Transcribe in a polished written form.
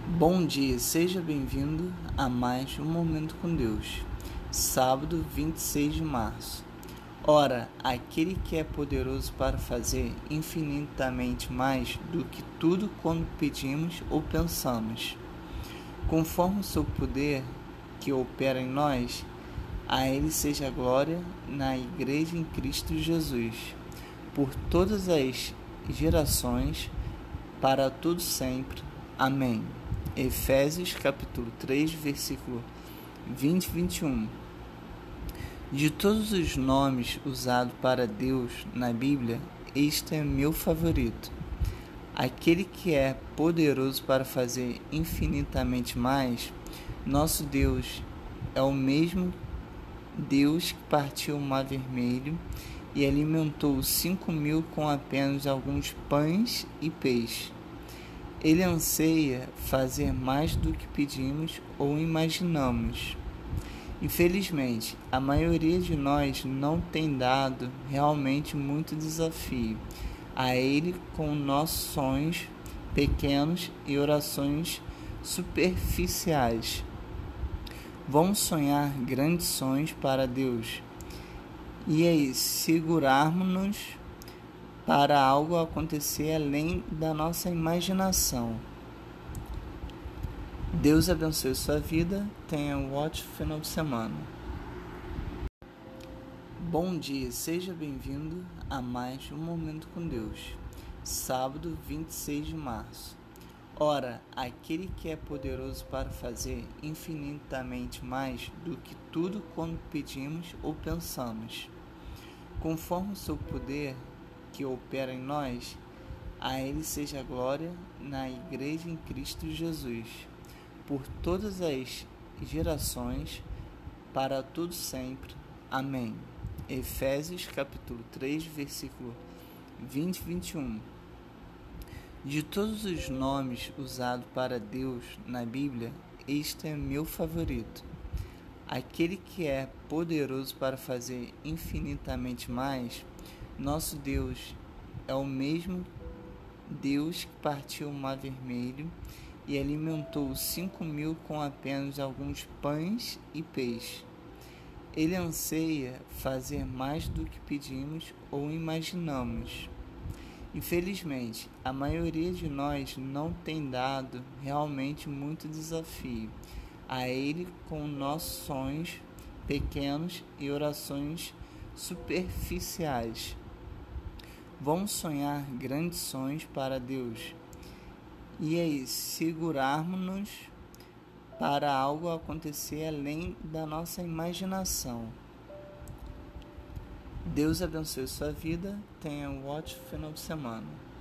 Bom dia, seja bem-vindo a mais um Momento com Deus. Sábado, 26 de março. Ora, aquele que é poderoso para fazer infinitamente mais do que tudo quando pedimos ou pensamos, conforme o seu poder que opera em nós, a ele seja a glória na Igreja em Cristo Jesus, por todas as gerações, para todo sempre. Amém. Efésios capítulo 3, versículo 20 e 21. De todos os nomes usados para Deus na Bíblia, este é meu favorito. Aquele que é poderoso para fazer infinitamente mais. Nosso Deus é o mesmo Deus que partiu o Mar Vermelho e alimentou 5.000 com apenas alguns pães e peixes. Ele anseia fazer mais do que pedimos ou imaginamos. Infelizmente, a maioria de nós não tem dado realmente muito desafio a Ele com nossos sonhos pequenos e orações superficiais. Vamos sonhar grandes sonhos para Deus e aí segurarmos-nos para algo acontecer além da nossa imaginação. Deus abençoe sua vida. Tenha um ótimo final de semana. Bom dia, seja bem-vindo a mais um Momento com Deus. Sábado, 26 de março. Ora, aquele que é poderoso para fazer infinitamente mais do que tudo quando pedimos ou pensamos, conforme o seu poder que opera em nós, a ele seja a glória na Igreja em Cristo Jesus, por todas as gerações, para todo sempre. Amém. Efésios capítulo 3, versículo 20 e 21. De todos os nomes usados para Deus na Bíblia, este é meu favorito. Aquele que é poderoso para fazer infinitamente mais. Nosso Deus é o mesmo Deus que partiu o Mar Vermelho e alimentou 5.000 com apenas alguns pães e peixes. Ele anseia fazer mais do que pedimos ou imaginamos. Infelizmente, a maioria de nós não tem dado realmente muito desafio a Ele com nossos sonhos pequenos e orações superficiais. Vamos sonhar grandes sonhos para Deus e aí segurarmos-nos para algo acontecer além da nossa imaginação. Deus abençoe sua vida. Tenha um ótimo final de semana.